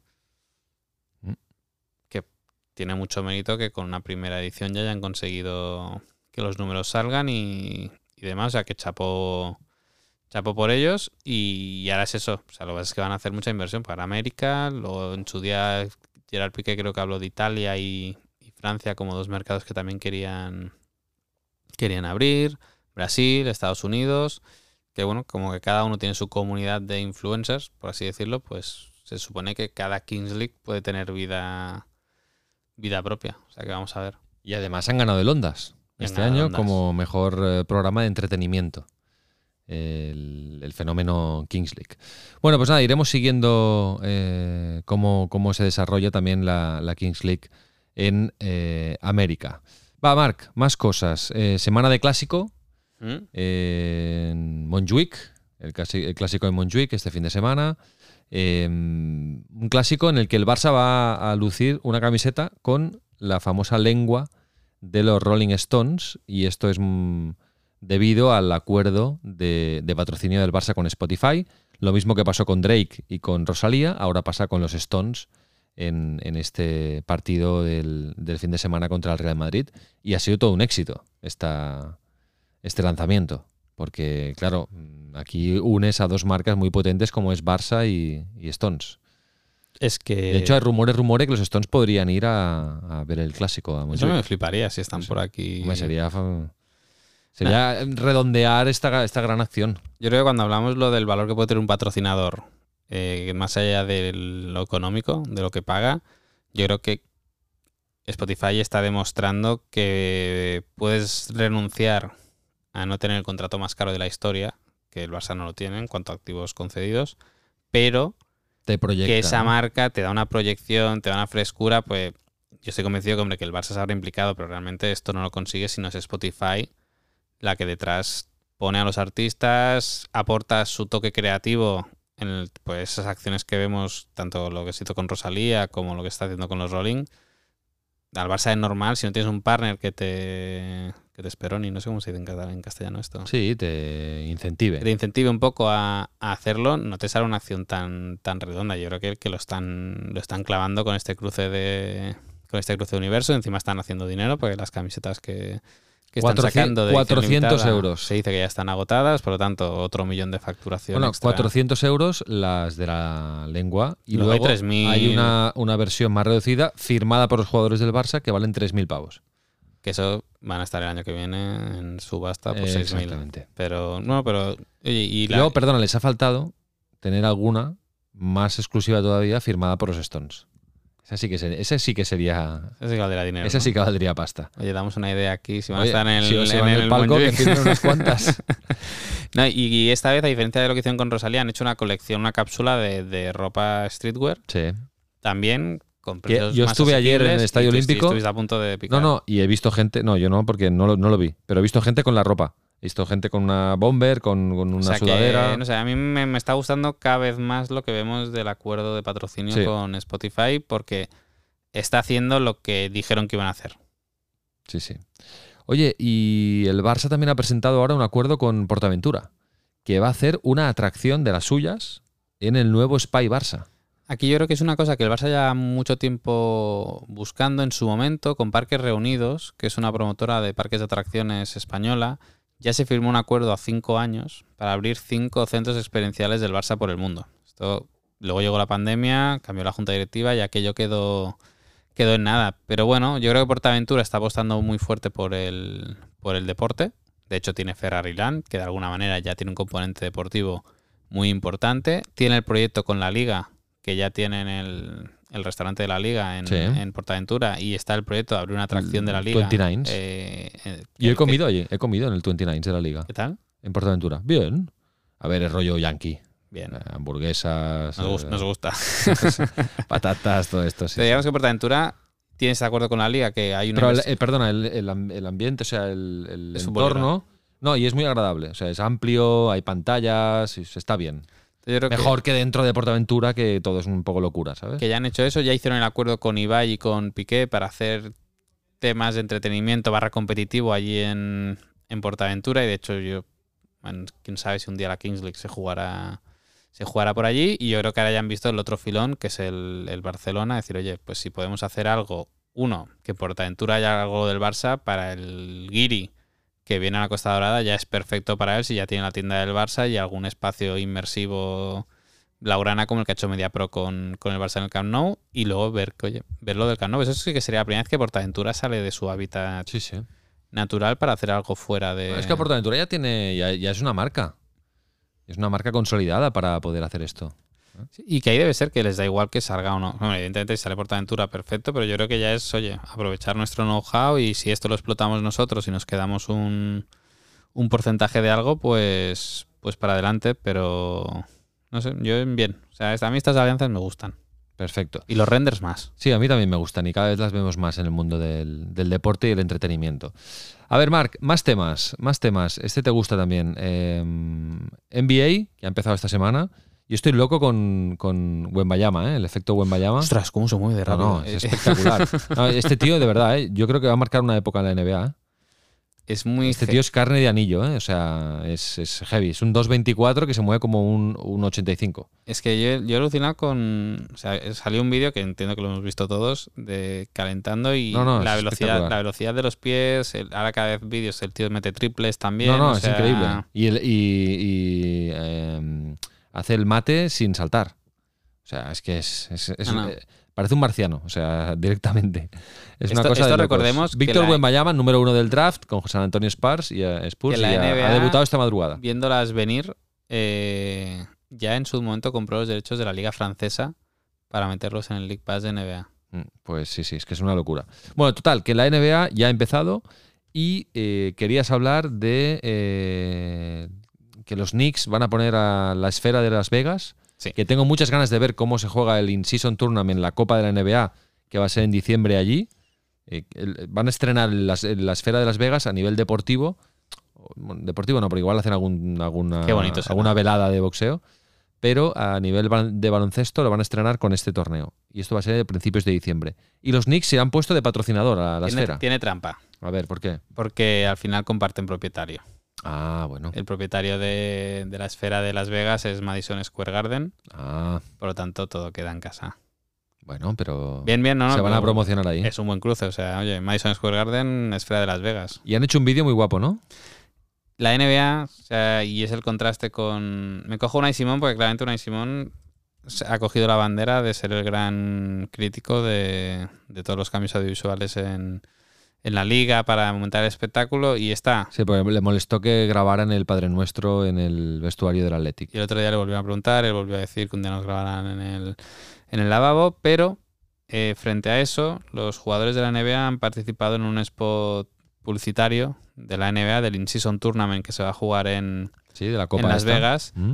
Que tiene mucho mérito que con una primera edición ya hayan conseguido que los números salgan y demás. O sea, que chapó por ellos y ahora es eso. O sea, lo que pasa es que van a hacer mucha inversión para América. Luego en su día Gerard Piqué creo que habló de Italia y Francia como dos mercados que también querían abrir. Brasil, Estados Unidos, que bueno, como que cada uno tiene su comunidad de influencers, por así decirlo, pues se supone que cada Kings League puede tener vida propia. O sea que vamos a ver. Y además han ganado el Ondas este año como mejor programa de entretenimiento. El fenómeno Kings League. Bueno, pues nada, iremos siguiendo cómo se desarrolla también la Kings League en América. Va, Marc, más cosas. Semana de clásico en Montjuic, el clásico de Montjuic este fin de semana. Un clásico en el que el Barça va a lucir una camiseta con la famosa lengua de los Rolling Stones, y esto es debido al acuerdo de patrocinio del Barça con Spotify. Lo mismo que pasó con Drake y con Rosalía, ahora pasa con los Stones en este partido del fin de semana contra el Real Madrid. Y ha sido todo un éxito este lanzamiento, porque claro, aquí unes a dos marcas muy potentes como es Barça y Stones. Es que... De hecho hay rumores que los Stones podrían ir a ver el clásico. Eso me fliparía si están por aquí. Sería redondear esta gran acción. Yo creo que cuando hablamos lo del valor que puede tener un patrocinador más allá de lo económico, de lo que paga, yo creo que Spotify está demostrando que puedes renunciar a no tener el contrato más caro de la historia, que el Barça no lo tiene en cuanto a activos concedidos, pero Te proyecta, que esa ¿no? marca te da una proyección, te da una frescura, pues yo estoy convencido que, hombre, que el Barça se habrá implicado, pero realmente esto no lo consigue si no es Spotify la que detrás pone a los artistas, aporta su toque creativo en pues esas acciones que vemos, tanto lo que se hizo con Rosalía como lo que está haciendo con los Rolling. Al Barça es normal, si no tienes un partner que te esperone, no sé cómo se dice en castellano esto. Sí, te incentive. Que te incentive un poco a hacerlo, no te sale una acción tan redonda. Yo creo que lo están clavando con este cruce de universo. Encima están haciendo dinero porque las camisetas que están sacando de 400 limitada, euros. se dice que ya están agotadas, por lo tanto otro 1 millón de facturación Bueno, extra. 400 euros las de la lengua y Luego hay luego 3.000. hay una versión más reducida firmada por los jugadores del Barça que valen 3.000 pavos. Que eso van a estar el año que viene en subasta por 6.000. Exactamente. Pero oye, Y luego, perdona, les ha faltado tener alguna más exclusiva todavía firmada por los Stones. Esa sí que sería Eso sí que valdrá dinero. esa ¿no? sí que valdría pasta. Oye, damos una idea aquí. Si van Oye, a estar en el, si se van en el palco, que Montjuic. firmen unas cuantas. No, y esta vez, a diferencia de lo que hicieron con Rosalía, han hecho una colección, una cápsula de ropa streetwear. Sí. También con precios Yo más estuve ayer en el asequibles, Estadio y tú Olímpico. estuviste a punto de picar. No, y he visto gente, no, yo no, porque no lo vi, pero he visto gente con la ropa. He visto gente con una bomber, con una O sea sudadera. que, no sé, a mí me está gustando cada vez más lo que vemos del acuerdo de patrocinio Sí. con Spotify, porque está haciendo lo que dijeron que iban a hacer. Sí, sí. Oye, y el Barça también ha presentado ahora un acuerdo con Portaventura, que va a hacer una atracción de las suyas en el nuevo Spy Barça. Aquí yo creo que es una cosa que el Barça lleva mucho tiempo buscando en su momento con Parques Reunidos, que es una promotora de parques de atracciones española. Ya se firmó un acuerdo a 5 años para abrir 5 centros experienciales del Barça por el mundo. Luego llegó la pandemia, cambió la junta directiva y aquello quedó en nada. Pero bueno, yo creo que Portaventura está apostando muy fuerte por el deporte. De hecho, tiene Ferrari Land, que de alguna manera ya tiene un componente deportivo muy importante. Tiene el proyecto con la Liga, que ya tienen el restaurante de la Liga Sí. en Portaventura, y está el proyecto de abrir una atracción de la Liga. 29s. Yo he comido en el 29 de la Liga, ¿Qué tal? en Portaventura. Bien. A ver, el rollo yankee. Bien. Hamburguesas, Nos gusta. patatas, todo esto. Sí, Pero digamos que Portaventura tiene ese acuerdo con la Liga, que hay una... Pero perdona, el ambiente, o sea, el Es entorno. No, y es muy agradable. O sea, es amplio, hay pantallas, está bien. Yo creo Mejor que dentro de Portaventura, que todo es un poco locura, ¿sabes? que ya han hecho eso, ya hicieron el acuerdo con Ibai y con Piqué para hacer temas de entretenimiento / competitivo allí en Portaventura, y de hecho quién sabe si un día la Kings League se jugará por allí, y yo creo que ahora ya han visto el otro filón, que es el Barcelona, decir, oye, pues si podemos hacer algo, que en Portaventura haya algo del Barça, para el Guiri que viene a la Costa Dorada ya es perfecto para él, si ya tiene la tienda del Barça y algún espacio inmersivo blaugrana como el que ha hecho MediaPro con el Barça en el Camp Nou, y luego verlo del Camp Nou. Eso sí que sería la primera vez que Portaventura sale de su hábitat Sí, sí. natural para hacer algo fuera de... Es que Portaventura ya es una marca. Es una marca consolidada para poder hacer esto. Y que ahí debe ser que les da igual que salga o no. Bueno, evidentemente si sale Portaventura, perfecto, pero yo creo que ya es, aprovechar nuestro know-how, y si esto lo explotamos nosotros y nos quedamos un porcentaje de algo, pues para adelante, pero no sé, yo bien. O sea, a mí estas alianzas me gustan. Perfecto. Y los renders más. Sí, a mí también me gustan y cada vez las vemos más en el mundo del deporte y el entretenimiento. A ver, Marc, más temas. Este te gusta también. NBA, que ha empezado esta semana. Yo estoy loco con Wembanyama, el efecto Wembanyama. Ostras, cómo se mueve de rápido. No, es espectacular. No, este tío, de verdad, yo creo que va a marcar una época en la NBA. Es muy... Este tío es carne de anillo, o sea, es heavy. Es un 2.24 que se mueve como un 85. Es que yo he alucinado con... O sea, salió un vídeo que entiendo que lo hemos visto todos, de calentando, y la velocidad de los pies. Ahora cada vez vídeos el tío mete triples también. Es increíble. Y hace el mate sin saltar. O sea, es que parece un marciano, o sea, directamente. Es una cosa de locos. Recordemos Víctor Wembanyama, número 1 del draft, con San Antonio Spurs, y ha debutado esta madrugada. Viéndolas venir, ya en su momento compró los derechos de la liga francesa para meterlos en el League Pass de NBA. Pues sí, es que es una locura. Bueno, total, que la NBA ya ha empezado y querías hablar de que los Knicks van a poner a la esfera de Las Vegas, Sí. que tengo muchas ganas de ver cómo se juega el In-Season Tournament, la Copa de la NBA, que va a ser en diciembre allí. Van a estrenar la esfera de Las Vegas a nivel deportivo. Deportivo no, pero igual hacen Qué bonito será. alguna velada de boxeo. Pero a nivel de baloncesto lo van a estrenar con este torneo. Y esto va a ser a principios de diciembre. Y los Knicks se han puesto de patrocinador a la esfera. Tiene trampa, A ver, ¿por qué? porque al final comparten propietario. Ah, bueno. El propietario de la esfera de Las Vegas es Madison Square Garden, Ah, por lo tanto todo queda en casa. bueno, pero Bien, no. se van a pero promocionar ahí. Es un buen cruce, o sea, oye, Madison Square Garden, esfera de Las Vegas. Y han hecho un vídeo muy guapo, ¿no? La NBA, o sea, y es el contraste con... Me cojo Unai Simón porque claramente Unai Simón ha cogido la bandera de ser el gran crítico de todos los cambios audiovisuales en la liga para aumentar el espectáculo y está. Sí, porque le molestó que grabaran el Padre Nuestro en el vestuario del Athletic. Y el otro día le volvió a preguntar, él volvió a decir que un día nos grabarán en el lavabo, pero frente a eso, los jugadores de la NBA han participado en un spot publicitario de la NBA, del In-Season Tournament que se va a jugar en Sí, de la Copa Las esta. Vegas, ¿Mm?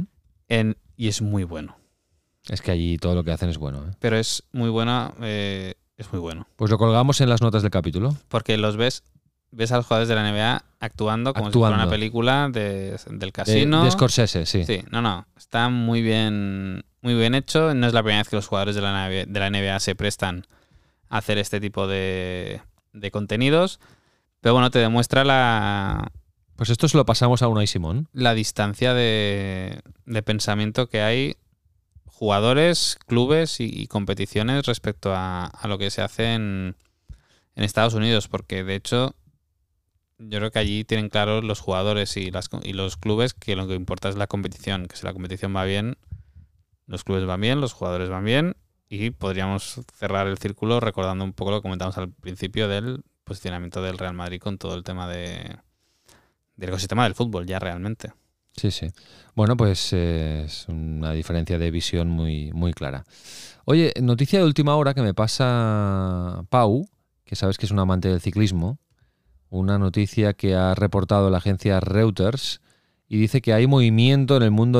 y es muy bueno. Es que allí todo lo que hacen es bueno, ¿eh? Pero es muy bueno, es muy bueno. Pues lo colgamos en las notas del capítulo. Porque los ves a los jugadores de la NBA actuando como si fuera una película del casino. De Scorsese, sí. Sí, no, está muy bien hecho. No es la primera vez que los jugadores de la NBA se prestan a hacer este tipo de contenidos. Pero bueno, te demuestra Pues esto se lo pasamos a Unai Simón. la distancia de pensamiento que hay, jugadores, clubes y competiciones respecto a lo que se hace en Estados Unidos. Porque de hecho, yo creo que allí tienen claros los jugadores y los clubes que lo que importa es la competición. Que si la competición va bien, los clubes van bien, los jugadores van bien. Y podríamos cerrar el círculo recordando un poco lo que comentamos al principio del posicionamiento del Real Madrid con todo el tema del ecosistema del fútbol ya realmente. Sí. Bueno, pues es una diferencia de visión muy, muy clara. Oye, noticia de última hora que me pasa Pau, que sabes que es un amante del ciclismo. Una noticia que ha reportado la agencia Reuters y dice que hay movimiento en el mundo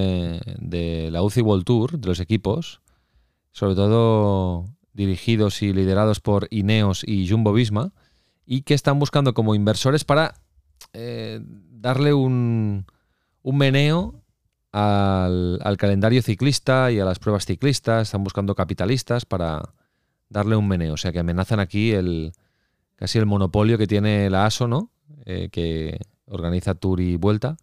de la UCI World Tour, de los equipos, sobre todo dirigidos y liderados por Ineos y Jumbo-Visma, y que están buscando como inversores para darle un meneo al calendario ciclista y a las pruebas ciclistas. Están buscando capitalistas para darle un meneo. O sea que amenazan aquí casi el monopolio que tiene la ASO, ¿no? Que organiza Tour y Vuelta.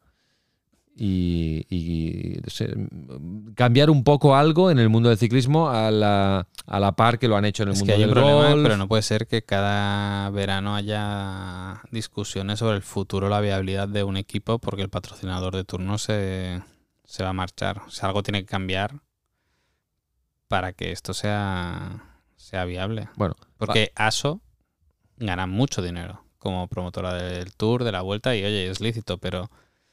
Y cambiar un poco algo en el mundo del ciclismo a la par que lo han hecho en el mundo hay del un problema, golf. pero no puede ser que cada verano haya discusiones sobre el futuro, la viabilidad de un equipo porque el patrocinador de turno se va a marchar. O sea, algo tiene que cambiar para que esto sea viable. Bueno, porque ASO gana mucho dinero como promotora del Tour, de la Vuelta, y oye, es lícito, pero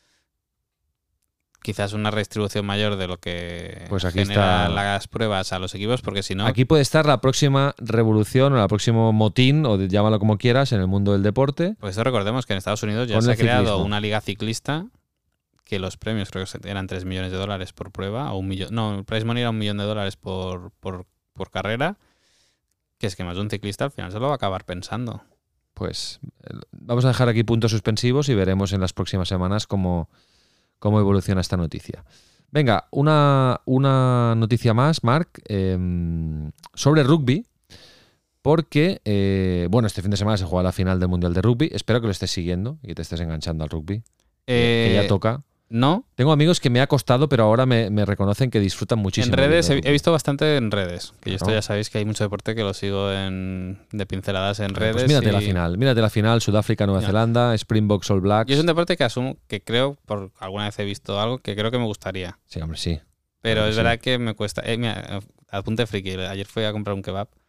quizás una redistribución mayor de lo que pues aquí genera está las pruebas a los equipos, porque si no... Aquí puede estar la próxima revolución o el próximo motín, o llámalo como quieras, en el mundo del deporte. Pues esto recordemos que en Estados Unidos ya Con se ha el creado ciclismo. una liga ciclista que los premios creo que eran $3 millones por prueba, o $1 millón... No, el prize money era $1 millón por carrera, que es que más de un ciclista al final se lo va a acabar pensando. Pues vamos a dejar aquí puntos suspensivos y veremos en las próximas semanas cómo evoluciona esta noticia. Venga, una noticia más, Marc, sobre rugby, porque, bueno, este fin de semana se juega la final del Mundial de Rugby. Espero que lo estés siguiendo y que te estés enganchando al rugby, que ya toca. No. Tengo amigos que me ha costado, pero ahora me reconocen que disfrutan muchísimo. En redes, viendo he visto bastante en redes. Que Claro. esto ya sabéis que hay mucho deporte que lo sigo de pinceladas en redes. Pues mírate la final, Sudáfrica, Nueva Ya. Zelanda, Springboks, All Blacks. Y es un deporte que asumo, que creo, por alguna vez he visto algo, que creo que me gustaría. Sí, hombre, sí. Pero Claro es que verdad que me cuesta. Mira, apunte friki. Ayer fui a comprar un kebab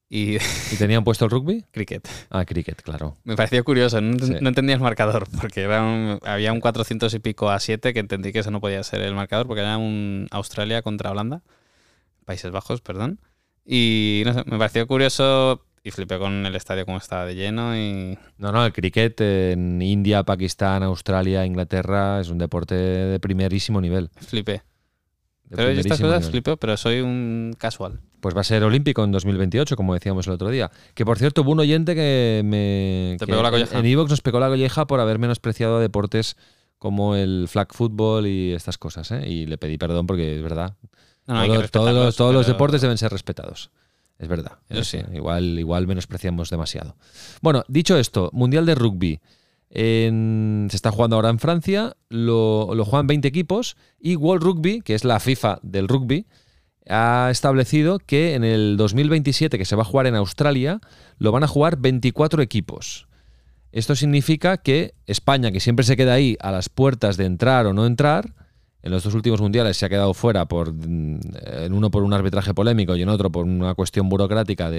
Y ¿Y tenían puesto el rugby? cricket. Ah, cricket, claro. Me pareció curioso, Sí. no entendía el marcador, porque había un 400 y pico a 7 que entendí que eso no podía ser el marcador, porque era un Australia contra Holanda, Países Bajos, perdón. Y no sé, me pareció curioso y flipé con el estadio como estaba de lleno y... No, el cricket en India, Pakistán, Australia, Inglaterra es un deporte de primerísimo nivel. Flipé. De Pero yo estas primerísimo cosas nivel. flipo, pero soy un casual. Pues va a ser olímpico en 2028, como decíamos el otro día. Que por cierto, hubo un oyente que me. Te que pegó la colleja. En iVoox nos pegó la colleja por haber menospreciado deportes como el flag football y estas cosas, ¿eh? Y le pedí perdón porque es verdad. No, hay que Todos los respetarlos, deportes deben ser respetados. Es verdad. Eso sí. Igual menospreciamos demasiado. Bueno, dicho esto, Mundial de Rugby. Se está jugando ahora en Francia, lo juegan 20 equipos y World Rugby, que es la FIFA del rugby, ha establecido que en el 2027, que se va a jugar en Australia, lo van a jugar 24 equipos. Esto significa que España, que siempre se queda ahí a las puertas de entrar o no entrar, en los dos últimos mundiales se ha quedado fuera en uno por un arbitraje polémico y en otro por una cuestión burocrática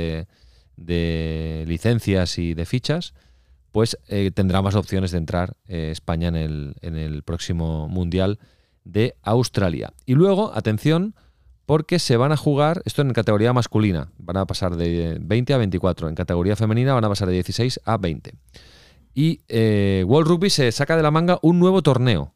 de licencias y de fichas, pues tendrá más opciones de entrar España en el próximo Mundial de Australia. Y luego, atención, porque se van a jugar, esto en categoría masculina, van a pasar de 20 a 24, en categoría femenina van a pasar de 16 a 20. Y World Rugby se saca de la manga un nuevo torneo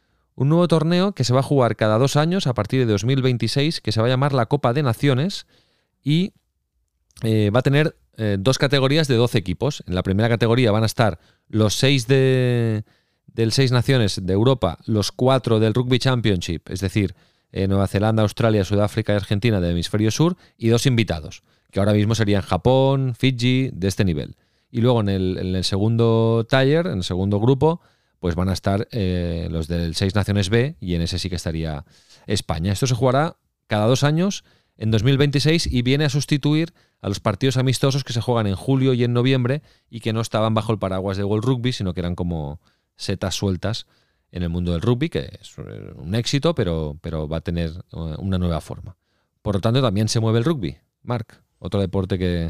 que se va a jugar cada 2 años a partir de 2026, que se va a llamar la Copa de Naciones y va a tener 2 categorías de 12 equipos. En la primera categoría van a estar los 6 del 6 naciones de Europa, los 4 del Rugby Championship, es decir, Nueva Zelanda, Australia, Sudáfrica y Argentina del hemisferio sur, y 2 invitados, que ahora mismo serían Japón, Fiji, de este nivel. Y luego en el segundo tier, en el segundo grupo, pues van a estar los del 6 naciones B, y en ese sí que estaría España. Esto se jugará cada 2 años en 2026 y viene a sustituir a los partidos amistosos que se juegan en julio y en noviembre y que no estaban bajo el paraguas de World Rugby, sino que eran como setas sueltas en el mundo del rugby, que es un éxito, pero va a tener una nueva forma. Por lo tanto, también se mueve el rugby, Marc, otro deporte que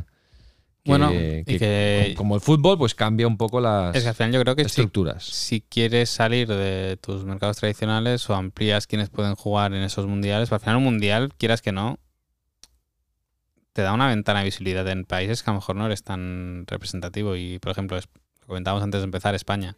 como el fútbol, pues cambia un poco las Es que al final yo creo que estructuras. si quieres salir de tus mercados tradicionales o amplías quienes pueden jugar en esos mundiales, al final un mundial, quieras que no, te da una ventana de visibilidad en países que a lo mejor no eres tan representativo. Y, por ejemplo, lo comentábamos antes de empezar, España.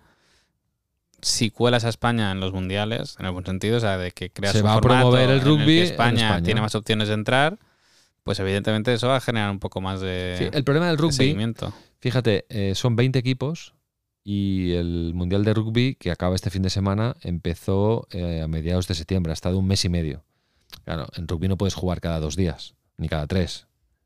Si cuelas a España en los mundiales, en el buen sentido, o sea, de que creas Se un va a formato promover el rugby en el que en España España. tiene más opciones de entrar, pues evidentemente eso va a generar un poco más de, Sí, el problema del de rugby, seguimiento. fíjate, son 20 equipos y el Mundial de Rugby, que acaba este fin de semana, empezó a mediados de septiembre, ha estado un mes y medio. Claro, en rugby no puedes jugar cada 2 días, ni cada 3.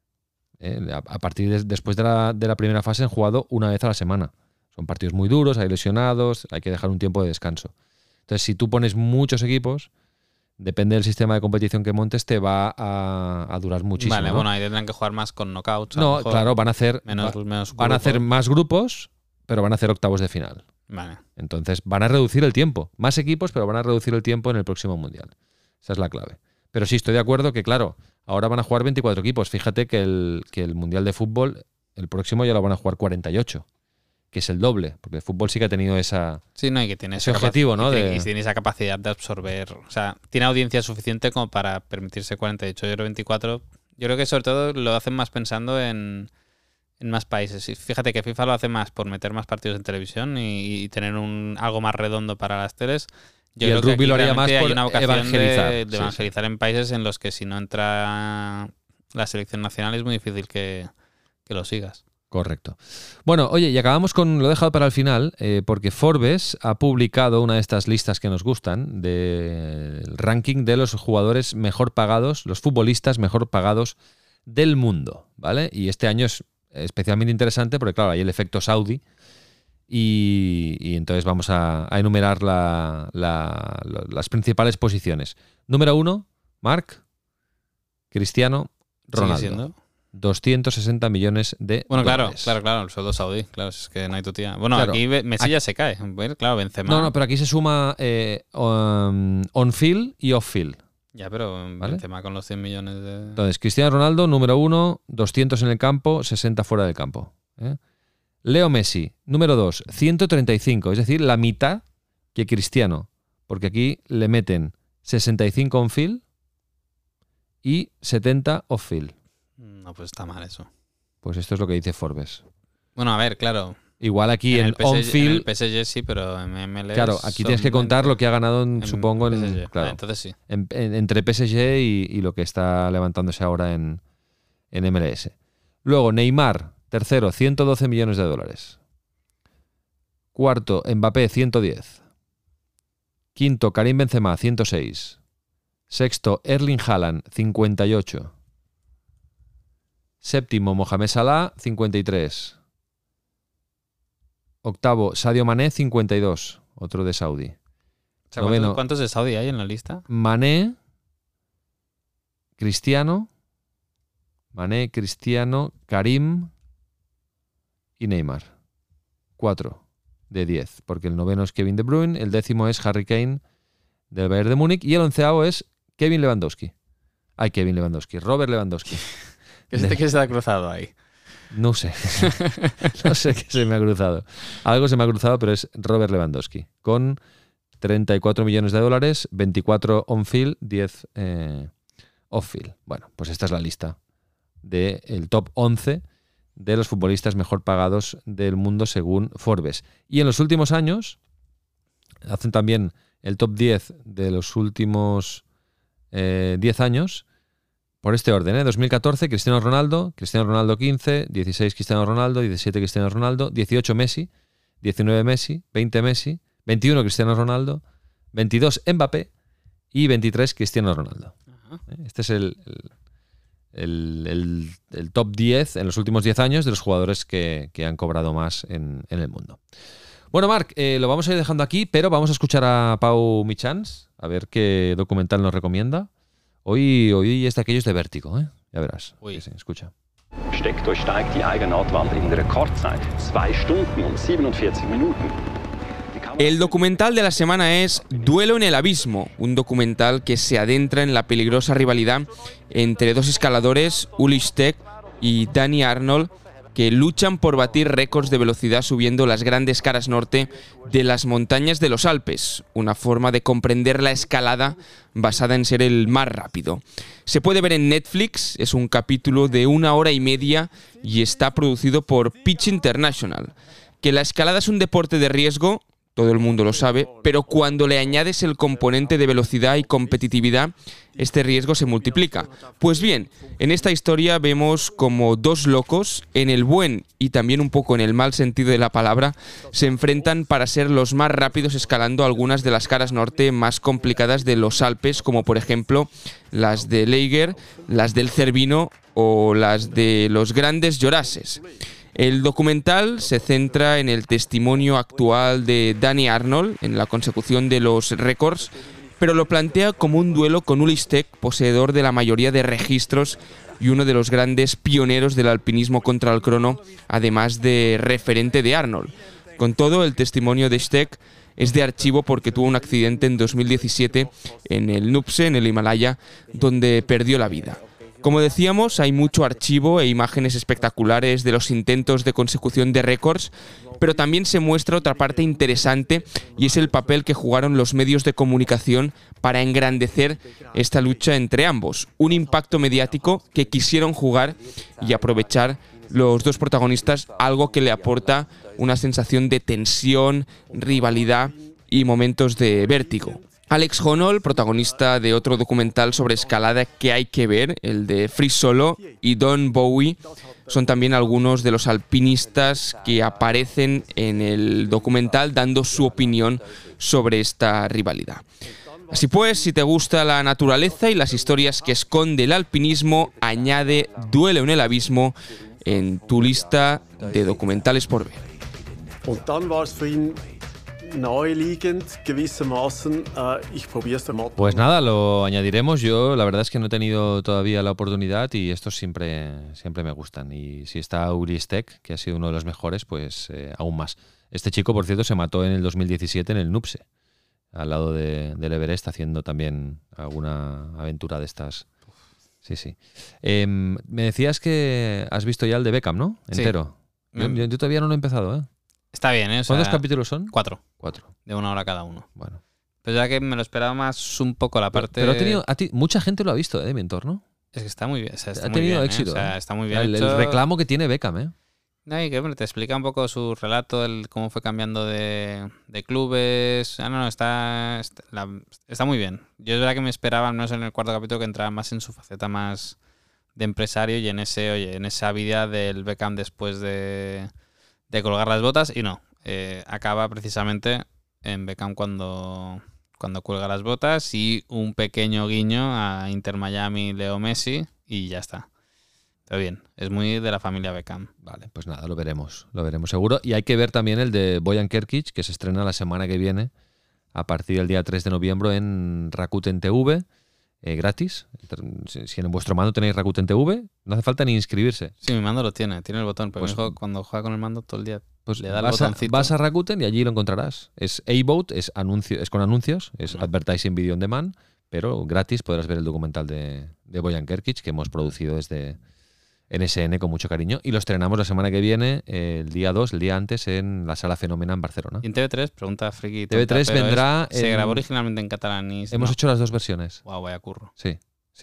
A partir después de la primera fase han jugado una vez a la semana. Son partidos muy duros, hay lesionados, hay que dejar un tiempo de descanso. Entonces, si tú pones muchos equipos, depende del sistema de competición que montes, te va a durar muchísimo. Vale, ¿no? bueno, ahí tendrán que jugar más con knockouts. a lo No, mejor. claro, van a hacer menos van a hacer grupos. más grupos, pero van a hacer octavos de final. Vale. Entonces van a reducir el tiempo. Más equipos, pero van a reducir el tiempo en el próximo Mundial. Esa es la clave. Pero sí, estoy de acuerdo que, claro, ahora van a jugar 24 equipos. Fíjate que el Mundial de Fútbol, el próximo ya lo van a jugar 48, que es el doble, porque el fútbol sí que ha tenido esa... Sí, no, y que tiene Ese esa objetivo, ¿no? y tiene esa capacidad de absorber. O sea, tiene audiencia suficiente como para permitirse 48. Yo creo 24. Yo creo que sobre todo lo hacen más pensando en más países. Y fíjate que FIFA lo hace más por meter más partidos en televisión y tener algo más redondo para las teles. Yo Y creo el que rugby aquí lo haría realmente más hay por una vocación evangelizar. de Sí, evangelizar en países en los que si no entra la selección nacional es muy difícil que lo sigas. Correcto. Bueno, oye, y acabamos con, lo he dejado para el final, porque Forbes ha publicado una de estas listas que nos gustan, del ranking de los jugadores mejor pagados, los futbolistas mejor pagados del mundo, ¿vale? Y este año es especialmente interesante porque, claro, hay el efecto Saudi y entonces vamos a enumerar las principales posiciones. Número 1, Marc, Cristiano Ronaldo. ¿Sigue siendo? 260 millones de Bueno, dólares. claro, el sueldo saudí, claro, es que no hay tu tía. Bueno, Claro. aquí Messi ya se cae, claro, Benzema. No, pero aquí se suma on-field y off-field. Ya, pero ¿Vale? Benzema con los 100 millones de... Entonces, Cristiano Ronaldo, número 1, 200 en el campo, 60 fuera del campo. Leo Messi, número 2, 135, es decir, la mitad que Cristiano, porque aquí le meten 65 on-field y 70 off-field. No, pues está mal eso. Pues esto es lo que dice Forbes. Bueno, a ver, claro. Igual aquí en En el on-field, PSG sí, pero en MLS... claro, aquí tienes que contar lo que ha ganado, supongo, PSG. claro, Entonces sí. entre PSG y lo que está levantándose ahora en MLS. Luego, Neymar, tercero, 112 millones de dólares. Cuarto, Mbappé, 110. Quinto, Karim Benzema, 106. Sexto, Erling Haaland, 58. Séptimo, Mohamed Salah, 53. Octavo, Sadio Mané, 52. Otro de Saudi. O sea, Noveno, ¿cuántos de Saudi hay en la lista? Mané, Cristiano, Karim y Neymar. 4 de 10, porque el noveno es Kevin De Bruyne, el décimo es Harry Kane del Bayern de Múnich y el onceavo es Robert Lewandowski. ¿Qué se te ha cruzado ahí? No sé. No sé qué se me ha cruzado. Algo se me ha cruzado, pero es Robert Lewandowski. Con 34 millones de dólares, 24 on-field, 10 off-field. Bueno, pues esta es la lista del top 11 de los futbolistas mejor pagados del mundo según Forbes. Y en los últimos años, hacen también el top 10 de los últimos 10 años, por este orden, 2014, Cristiano Ronaldo 15, 16 Cristiano Ronaldo, 17 Cristiano Ronaldo, 18 Messi, 19 Messi, 20 Messi, 21 Cristiano Ronaldo, 22 Mbappé y 23 Cristiano Ronaldo. Este es el top 10 en los últimos 10 años de los jugadores que han cobrado más en el mundo. Bueno, Marc, lo vamos a ir dejando aquí, pero vamos a escuchar a Pau Michans, a ver qué documental nos recomienda. Hoy es de aquellos de vértigo, ¿eh? Ya verás. Sí, escucha. Steck durchsteigt die Eigenortwand in Rekordzeit. 2 Stunden und 47 Minuten. El documental de la semana es Duelo en el Abismo, un documental que se adentra en la peligrosa rivalidad entre dos escaladores, Uli Steck y Danny Arnold, que luchan por batir récords de velocidad subiendo las grandes caras norte de las montañas de los Alpes, una forma de comprender la escalada basada en ser el más rápido. Se puede ver en Netflix, es un capítulo de 1 hora y media y está producido por Pitch International. Que la escalada es un deporte de riesgo, todo el mundo lo sabe, pero cuando le añades el componente de velocidad y competitividad, este riesgo se multiplica. Pues bien, en esta historia vemos como dos locos, en el buen y también un poco en el mal sentido de la palabra, se enfrentan para ser los más rápidos escalando algunas de las caras norte más complicadas de los Alpes, como por ejemplo las de Leiger, las del Cervino o las de los grandes Jorasses. El documental se centra en el testimonio actual de Danny Arnold en la consecución de los récords, pero lo plantea como un duelo con Uli Steck, poseedor de la mayoría de registros y uno de los grandes pioneros del alpinismo contra el crono, además de referente de Arnold. Con todo, el testimonio de Steck es de archivo porque tuvo un accidente en 2017 en el Nupse, en el Himalaya, donde perdió la vida. Como decíamos, hay mucho archivo e imágenes espectaculares de los intentos de consecución de récords, pero también se muestra otra parte interesante y es el papel que jugaron los medios de comunicación para engrandecer esta lucha entre ambos. Un impacto mediático que quisieron jugar y aprovechar los dos protagonistas, algo que le aporta una sensación de tensión, rivalidad y momentos de vértigo. Alex Honnold, protagonista de otro documental sobre escalada que hay que ver, el de Free Solo, y Don Bowie, son también algunos de los alpinistas que aparecen en el documental dando su opinión sobre esta rivalidad. Así pues, si te gusta la naturaleza y las historias que esconde el alpinismo, añade Duelo en el Abismo en tu lista de documentales por ver. Pues nada, lo añadiremos. Yo la verdad es que no he tenido todavía la oportunidad y estos siempre me gustan. Y si está Uli Steck, que ha sido uno de los mejores, pues aún más. Este chico, por cierto, se mató en el 2017 en el Nupse. al lado del Everest, haciendo también alguna aventura de estas. Sí, sí. Me decías que has visto ya el de Beckham, ¿no? Entero. Sí. Yo todavía no lo he empezado, ¿eh? Está bien, ¿eh? O sea, ¿Cuántos capítulos son? 4. 4. De 1 hora cada uno. Bueno. Pero ya que me lo esperaba más un poco la parte... Pero ha tenido, mucha gente lo ha visto, de mi entorno. Es que está muy bien. O sea, está Ha muy tenido bien, éxito. O sea, está muy bien El hecho. reclamo que tiene Beckham, ¿eh? No, y que hombre, te explica un poco su relato, cómo fue cambiando de clubes. Está muy bien. Yo es verdad que me esperaba, al menos en el 4º capítulo, que entrara más en su faceta más de empresario y en esa vida del Beckham después de colgar las botas. Y no, acaba precisamente en Beckham cuando cuelga las botas y un pequeño guiño a Inter Miami, Leo Messi y ya está. Pero bien, es muy de la familia Beckham. Vale, pues nada, lo veremos seguro. Y hay que ver también el de Bojan Kerkic, que se estrena la semana que viene, a partir del día 3 de noviembre en Rakuten TV, gratis. Si en vuestro mando tenéis Rakuten TV, no hace falta ni inscribirse. Sí, mi mando lo tiene el botón, pero Pues, mi hijo cuando juega con el mando todo el día pues le da el vas botoncito. a Rakuten y allí lo encontrarás. Es A-Vote, es con anuncios, es Advertising Video on Demand, pero gratis podrás ver el documental de Bojan Kerkic que hemos producido desde NSN con mucho cariño, y lo estrenamos la semana que viene, el día 2, el día antes, en la Sala Fenómena en Barcelona. Y en TV3, pregunta friki. TV3 vendrá... Se grabó originalmente en catalán y... Hemos hecho las dos versiones. Wow, vaya curro. Sí,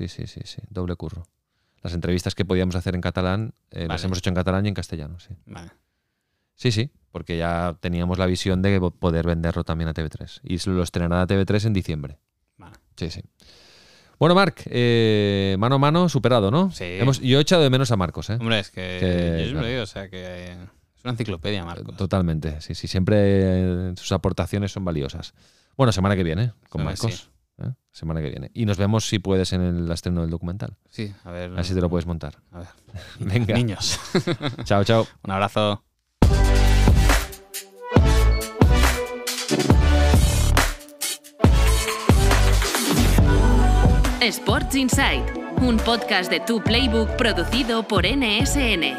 doble curro. Las entrevistas que podíamos hacer en catalán, las hemos hecho en catalán y en castellano, sí. Vale. Sí, porque ya teníamos la visión de poder venderlo también a TV3. Y lo estrenará a TV3 en diciembre. Vale. Sí. Bueno, Marc, mano a mano, superado, ¿no? Sí. Yo he echado de menos a Marcos, ¿eh? Hombre, es que yo siempre digo, o sea, que es una enciclopedia, Marcos. Totalmente, sí. Siempre sus aportaciones son valiosas. Bueno, semana que viene, con Marcos. Sí. Semana que viene. Y nos vemos, si puedes, en el estreno del documental. Sí, a ver. Así te lo puedes montar. A ver. Venga. Niños. Chao. Un abrazo. Sports Insight, un podcast de Tu Playbook producido por NSN.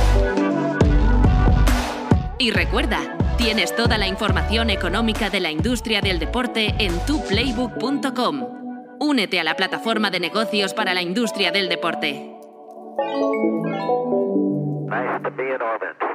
Y recuerda, tienes toda la información económica de la industria del deporte en tuplaybook.com. Únete a la plataforma de negocios para la industria del deporte. Nice to be in orbit.